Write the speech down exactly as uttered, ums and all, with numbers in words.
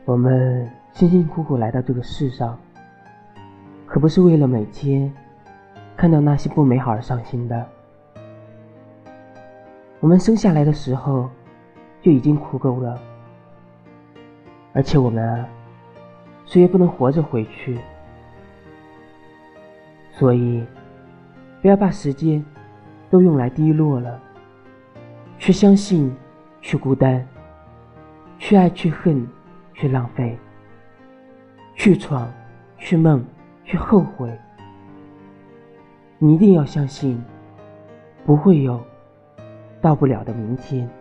我们辛辛苦苦来到这个世上，可不是为了每天看到那些不美好而伤心的。我们生下来的时候就已经苦够了，而且我们啊，谁也不能活着回去。所以不要把时间都用来低落了，去相信，去孤单，去爱，去恨，去浪费，去闯，去梦，去后悔。你一定要相信，不会有到不了的明天。